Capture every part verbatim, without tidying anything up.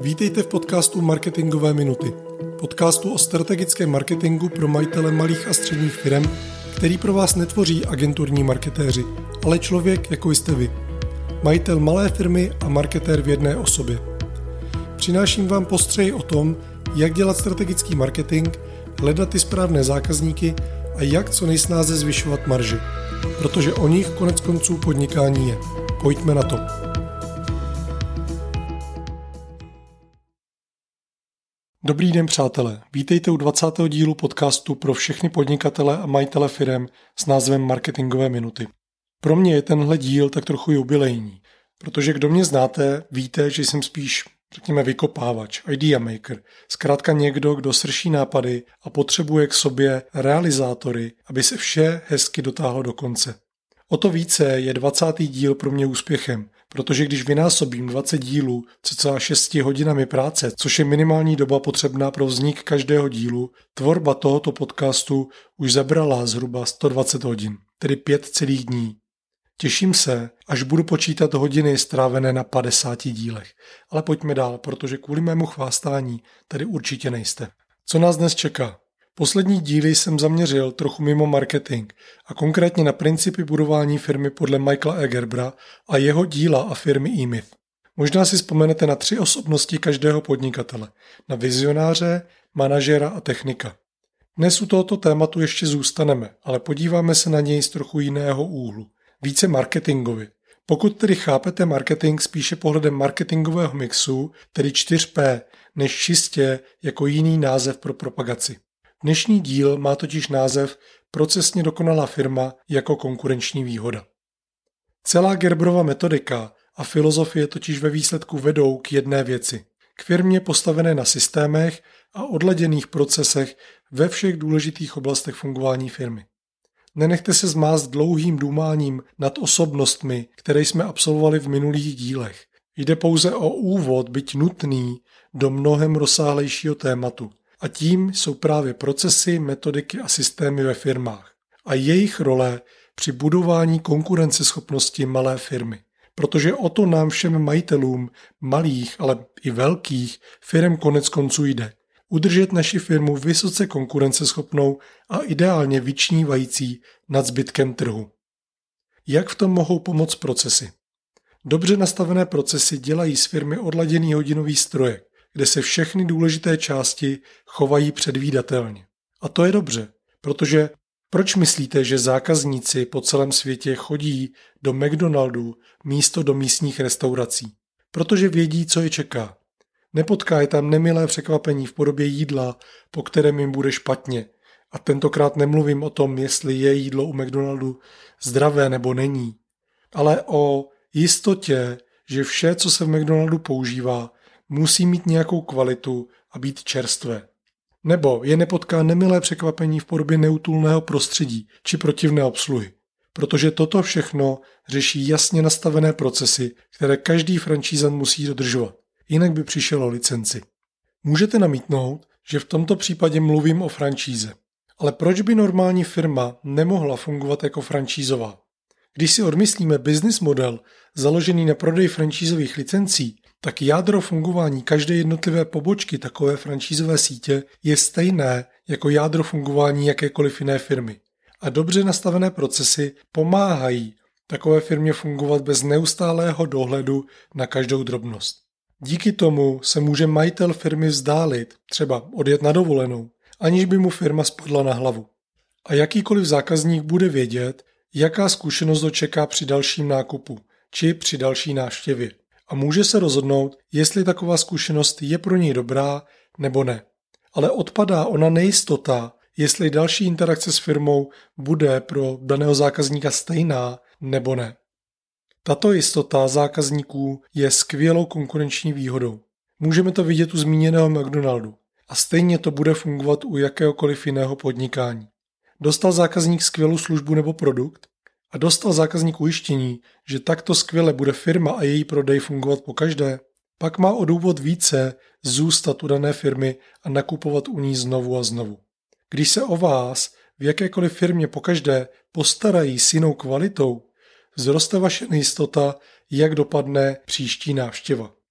Vítejte v podcastu Marketingové minuty. Podcastu o strategickém marketingu pro majitele malých a středních firem, který pro vás netvoří agenturní marketéři, ale člověk, jako jste vy. Majitel malé firmy a marketér v jedné osobě. Přináším vám postřehy o tom, jak dělat strategický marketing, hledat ty správné zákazníky a jak co nejsnáze zvyšovat marži. Protože o nich konec konců podnikání je. Pojďme na to. Dobrý den, přátelé. Vítejte u dvacátého dílu podcastu pro všechny podnikatele a majitele firem s názvem Marketingové minuty. Pro mě je tenhle díl tak trochu jubilejní, protože kdo mě znáte, víte, že jsem spíš, řekněme, vykopávač, idea maker, zkrátka někdo, kdo srší nápady a potřebuje k sobě realizátory, aby se vše hezky dotáhlo do konce. O to více je dvacátý díl pro mě úspěchem, protože když vynásobím dvacet dílů cca šesti hodinami práce, což je minimální doba potřebná pro vznik každého dílu, tvorba tohoto podcastu už zabrala zhruba sto dvacet hodin, tedy pět celých dní. Těším se, až budu počítat hodiny strávené na padesáti dílech. Ale pojďme dál, protože kvůli mému chvástání tady určitě nejste. Co nás dnes čeká? Poslední díly jsem zaměřil trochu mimo marketing a konkrétně na principy budování firmy podle Michaela E. Gerbera a jeho díla a firmy E-Myth. Možná si vzpomenete na tři osobnosti každého podnikatele. Na vizionáře, manažera a technika. Dnes u tohoto tématu ještě zůstaneme, ale podíváme se na něj z trochu jiného úhlu. Více marketingově. Pokud tedy chápete marketing spíše pohledem marketingového mixu, tedy čtyři P, než čistě jako jiný název pro propagaci. Dnešní díl má totiž název Procesně dokonalá firma jako konkurenční výhoda. Celá Gerberova metodika a filozofie totiž ve výsledku vedou k jedné věci. K firmě postavené na systémech a odladěných procesech ve všech důležitých oblastech fungování firmy. Nenechte se zmást dlouhým důmáním nad osobnostmi, které jsme absolvovali v minulých dílech. Jde pouze o úvod, byť nutný, do mnohem rozsáhlejšího tématu. A tím jsou právě procesy, metodiky a systémy ve firmách. A jejich role při budování konkurenceschopnosti malé firmy. Protože o to nám všem majitelům malých, ale i velkých firm konec konců jde. Udržet naši firmu vysoce konkurenceschopnou a ideálně vyčnívající nad zbytkem trhu. Jak v tom mohou pomoct procesy? Dobře nastavené procesy dělají z firmy odladěný hodinový strojek, kde se všechny důležité části chovají předvídatelně. A to je dobře, protože proč myslíte, že zákazníci po celém světě chodí do McDonaldu místo do místních restaurací? Protože vědí, co je čeká. Nepotká je tam nemilé překvapení v podobě jídla, po kterém jim bude špatně. A tentokrát nemluvím o tom, jestli je jídlo u McDonaldu zdravé nebo není, ale o jistotě, že vše, co se v McDonaldu používá, musí mít nějakou kvalitu a být čerstvé. Nebo je nepotká nemilé překvapení v podobě neútulného prostředí či protivné obsluhy. Protože toto všechno řeší jasně nastavené procesy, které každý franšízant musí dodržovat. Jinak by přišel o licenci. Můžete namítnout, že v tomto případě mluvím o franšíze. Ale proč by normální firma nemohla fungovat jako franšízová? Když si odmyslíme business model založený na prodeji franšízových licencí, tak jádro fungování každé jednotlivé pobočky takové franšízové sítě je stejné jako jádro fungování jakékoliv jiné firmy. A dobře nastavené procesy pomáhají takové firmě fungovat bez neustálého dohledu na každou drobnost. Díky tomu se může majitel firmy vzdálit, třeba odjet na dovolenou, aniž by mu firma spadla na hlavu. A jakýkoliv zákazník bude vědět, jaká zkušenost ho čeká při dalším nákupu či při další návštěvě. A může se rozhodnout, jestli taková zkušenost je pro něj dobrá nebo ne. Ale odpadá ona nejistota, jestli další interakce s firmou bude pro daného zákazníka stejná nebo ne. Tato jistota zákazníků je skvělou konkurenční výhodou. Můžeme to vidět u zmíněného McDonaldu. A stejně to bude fungovat u jakéhokoliv jiného podnikání. Dostal zákazník skvělou službu nebo produkt a dostal zákazník ujištění, že takto skvěle bude firma a její prodej fungovat pokaždé, pak má o důvod více zůstat u dané firmy a nakupovat u ní znovu a znovu. Když se o vás v jakékoliv firmě pokaždé postarají s jinou kvalitou, vzroste vaše nejistota, jak dopadne příští návštěva.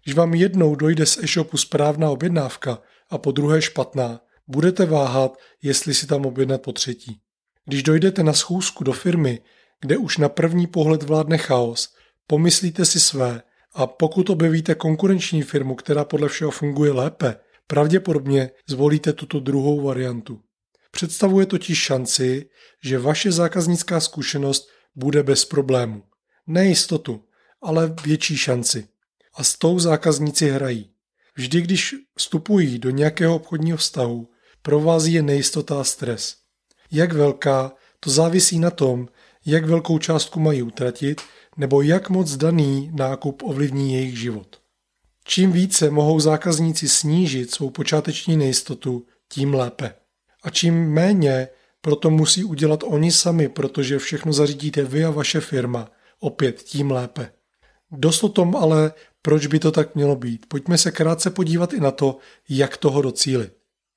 Když vám jednou dojde z e-shopu správná objednávka a po druhé špatná, budete váhat, jestli si tam objednat po třetí. Když dojdete na schůzku do firmy, kde už na první pohled vládne chaos, pomyslíte si své a pokud objevíte konkurenční firmu, která podle všeho funguje lépe, pravděpodobně zvolíte tuto druhou variantu. Představuje totiž šanci, že vaše zákaznická zkušenost bude bez problému. Ne jistotu, ale větší šanci. A s tou zákazníci hrají. Vždy, když vstupují do nějakého obchodního vztahu, provází je nejistota a stres. Jak velká, to závisí na tom, jak velkou částku mají utratit, nebo jak moc daný nákup ovlivní jejich život. Čím více mohou zákazníci snížit svou počáteční nejistotu, tím lépe. A čím méně proto musí udělat oni sami, protože všechno zařídíte vy a vaše firma, opět tím lépe. Dost o tom ale, proč by to tak mělo být. Pojďme se krátce podívat i na to, jak toho docílit.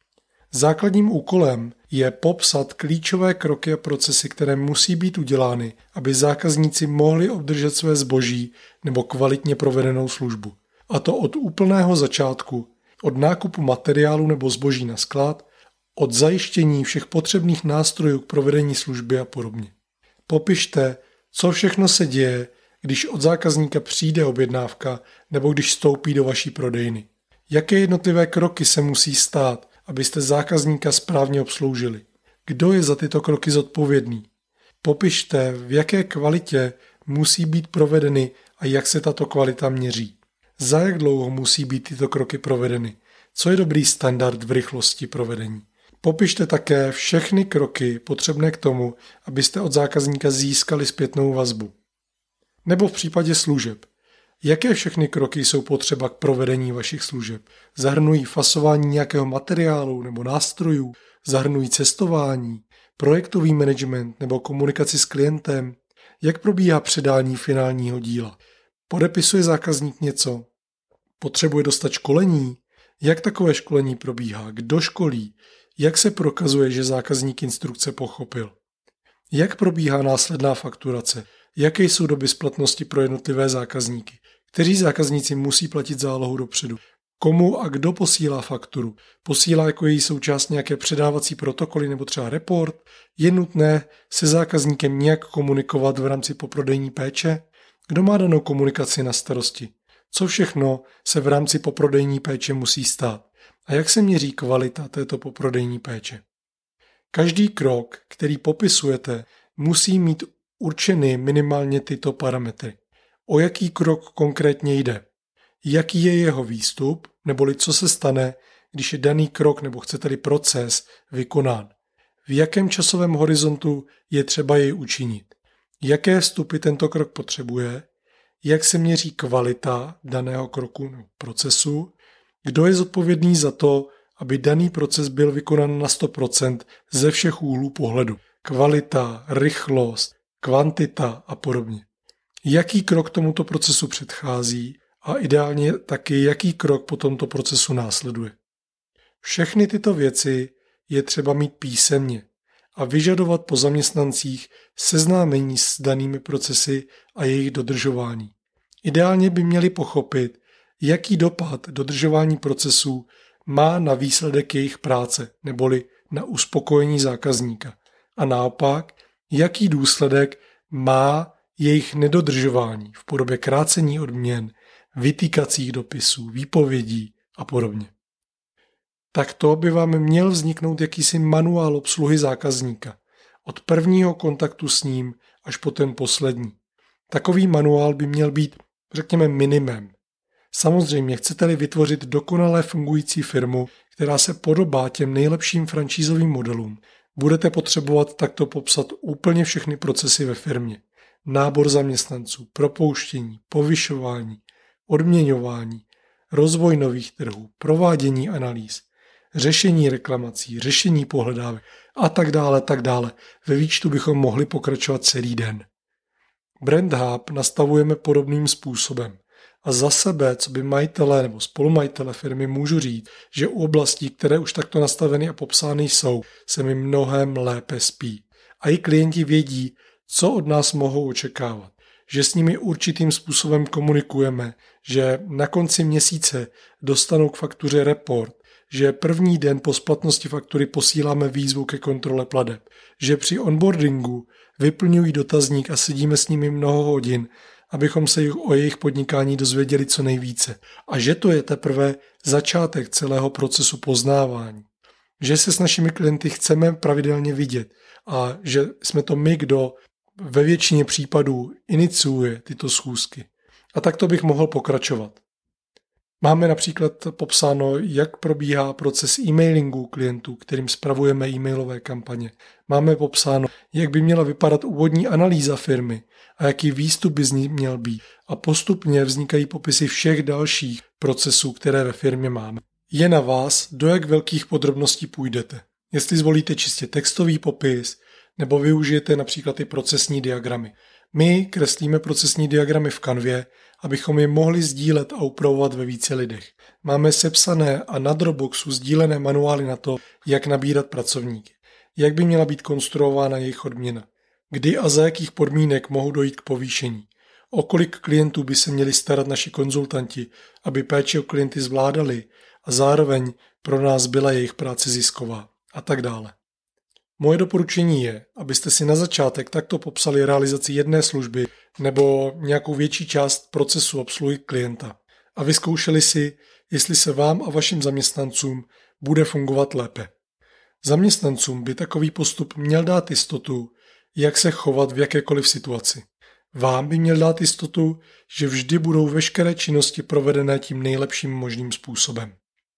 Základním úkolem je popsat klíčové kroky a procesy, které musí být udělány, aby zákazníci mohli obdržet své zboží nebo kvalitně provedenou službu. A to od úplného začátku, od nákupu materiálu nebo zboží na sklad, od zajištění všech potřebných nástrojů k provedení služby a podobně. Popište, co všechno se děje, když od zákazníka přijde objednávka nebo když vstoupí do vaší prodejny. Jaké jednotlivé kroky se musí stát, abyste zákazníka správně obsloužili? Kdo je za tyto kroky zodpovědný? Popište, v jaké kvalitě musí být provedeny a jak se tato kvalita měří. Za jak dlouho musí být tyto kroky provedeny? Co je dobrý standard v rychlosti provedení? Popište také všechny kroky potřebné k tomu, abyste od zákazníka získali zpětnou vazbu. Nebo v případě služeb. Jaké všechny kroky jsou potřeba k provedení vašich služeb? Zahrnují fasování nějakého materiálu nebo nástrojů, zahrnují cestování, projektový management nebo komunikaci s klientem? Jak probíhá předání finálního díla? Podepisuje zákazník něco? Potřebuje dostat školení? Jak takové školení probíhá? Kdo školí? Jak se prokazuje, že zákazník instrukce pochopil? Jak probíhá následná fakturace? Jaké jsou doby splatnosti pro jednotlivé zákazníky? Kteří zákazníci musí platit zálohu dopředu? Komu a kdo posílá fakturu? Posílá jako její součást nějaké předávací protokoly nebo třeba report? Je nutné se zákazníkem nějak komunikovat v rámci poprodejní péče? Kdo má danou komunikaci na starosti? Co všechno se v rámci poprodejní péče musí stát? A jak se měří kvalita této poprodejní péče? Každý krok, který popisujete, musí mít určeny minimálně tyto parametry. O jaký krok konkrétně jde? Jaký je jeho výstup, neboli co se stane, když je daný krok nebo chcete-li proces vykonán? V jakém časovém horizontu je třeba jej učinit? Jaké vstupy tento krok potřebuje? Jak se měří kvalita daného kroku nebo procesu? Kdo je zodpovědný za to, aby daný proces byl vykonán na sto procent ze všech úhlů pohledu? Kvalita, rychlost, kvantita a podobně. Jaký krok tomuto procesu předchází a ideálně taky jaký krok po tomto procesu následuje. Všechny tyto věci je třeba mít písemně a vyžadovat po zaměstnancích seznámení s danými procesy a jejich dodržování. Ideálně by měli pochopit, jaký dopad dodržování procesů má na výsledek jejich práce, neboli na uspokojení zákazníka. A naopak, jaký důsledek má jejich nedodržování v podobě krácení odměn, vytýkacích dopisů, výpovědí a podobně. Takto by vám měl vzniknout jakýsi manuál obsluhy zákazníka, od prvního kontaktu s ním až po ten poslední. Takový manuál by měl být, řekněme, minimem. Samozřejmě chcete-li vytvořit dokonale fungující firmu, která se podobá těm nejlepším franšízovým modelům, budete potřebovat takto popsat úplně všechny procesy ve firmě. Nábor zaměstnanců, propouštění, povyšování, odměňování, rozvoj nových trhů, provádění analýz, řešení reklamací, řešení pohledávek a tak dále, tak dále. Ve výčtu bychom mohli pokračovat celý den. Brand Hub nastavujeme podobným způsobem. A za sebe, co by majitele nebo spolumajitele firmy, můžu říct, že u oblastí, které už takto nastaveny a popsány jsou, se mi mnohem lépe spí. A i klienti vědí, co od nás mohou očekávat. že s nimi určitým způsobem komunikujeme, že na konci měsíce dostanou k faktuře report, že první den po splatnosti faktury posíláme výzvu ke kontrole plateb, že při onboardingu vyplňují dotazník a sedíme s nimi mnoho hodin, abychom se o jejich podnikání dozvěděli co nejvíce. A že to je teprve začátek celého procesu poznávání. Že se s našimi klienty chceme pravidelně vidět a že jsme to my, kdo ve většině případů iniciuje tyto schůzky. A tak to bych mohl pokračovat. Máme například popsáno, jak probíhá proces e-mailingu klientů, kterým spravujeme e-mailové kampaně. Máme popsáno, jak by měla vypadat úvodní analýza firmy a jaký výstup by z ní měl být. A postupně vznikají popisy všech dalších procesů, které ve firmě máme. Je na vás, do jak velkých podrobností půjdete. Jestli zvolíte čistě textový popis, nebo využijete například i procesní diagramy. My kreslíme procesní diagramy v Canvě, abychom je mohli sdílet a upravovat ve více lidech. Máme sepsané a na Dropboxu sdílené manuály na to, jak nabírat pracovníky, jak by měla být konstruována jejich odměna, kdy a za jakých podmínek mohou dojít k povýšení, o kolik klientů by se měli starat naši konzultanti, aby péči o klienty zvládali a zároveň pro nás byla jejich práce zisková a tak dále. Moje doporučení je, abyste si na začátek takto popsali realizaci jedné služby nebo nějakou větší část procesu obsluhy klienta a vyzkoušeli si, jestli se vám a vašim zaměstnancům bude fungovat lépe. Zaměstnancům by takový postup měl dát jistotu, jak se chovat v jakékoliv situaci. Vám by měl dát jistotu, že vždy budou veškeré činnosti provedené tím nejlepším možným způsobem.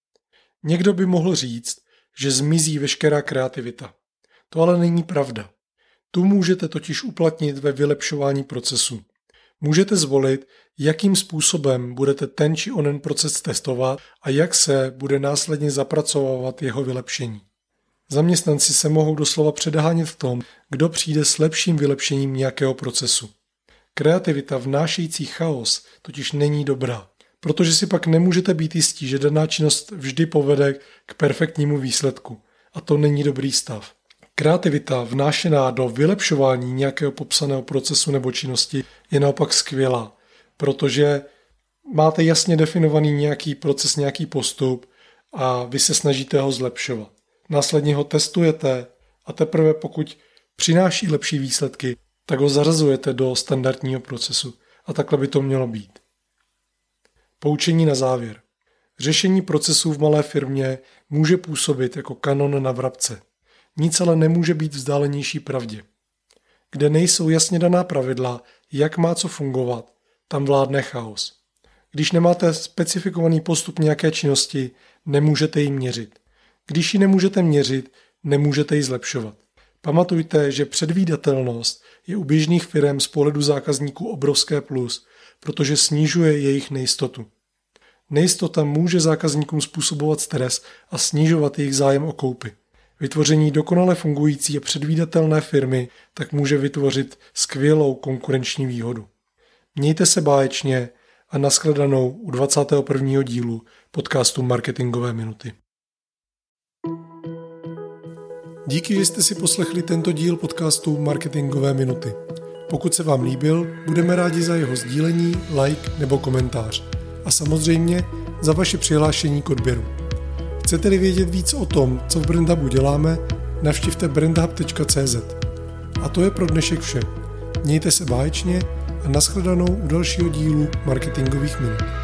Někdo by mohl říct, že zmizí veškerá kreativita. To ale není pravda. Tu můžete totiž uplatnit ve vylepšování procesu. Můžete zvolit, jakým způsobem budete ten či onen proces testovat a jak se bude následně zapracovávat jeho vylepšení. Zaměstnanci se mohou doslova předhánět v tom, kdo přijde s lepším vylepšením nějakého procesu. Kreativita vnášející chaos totiž není dobrá, protože si pak nemůžete být jistí, že daná činnost vždy povede k perfektnímu výsledku. A to není dobrý stav. Kreativita vnášená do vylepšování nějakého popsaného procesu nebo činnosti je naopak skvělá, protože máte jasně definovaný nějaký proces, nějaký postup a vy se snažíte ho zlepšovat. Následně ho testujete a teprve pokud přináší lepší výsledky, tak ho zařazujete do standardního procesu a takhle by to mělo být. Poučení na závěr. Řešení procesů v malé firmě může působit jako kanon na vrabce. Nic ale nemůže být vzdálenější pravdě. Kde nejsou jasně daná pravidla, jak má co fungovat, tam vládne chaos. Když nemáte specifikovaný postup nějaké činnosti, nemůžete ji měřit. Když ji nemůžete měřit, nemůžete ji zlepšovat. Pamatujte, že předvídatelnost je u běžných firem z pohledu zákazníků obrovské plus, protože snižuje jejich nejistotu. Nejistota může zákazníkům způsobovat stres a snižovat jejich zájem o koupy. Vytvoření dokonale fungující a předvídatelné firmy tak může vytvořit skvělou konkurenční výhodu. Mějte se báječně a nashledanou u dvacátého prvního dílu podcastu Marketingové minuty. Díky, že jste si poslechli tento díl podcastu Marketingové minuty. Pokud se vám líbil, budeme rádi za jeho sdílení, like nebo komentář. A samozřejmě za vaše přihlášení k odběru. Chcete-li vědět víc o tom, co v BrandHubu děláme, navštivte brandhub tečka cé zet. A to je pro dnešek vše. Mějte se báječně a nashledanou u dalšího dílu Marketingových minut.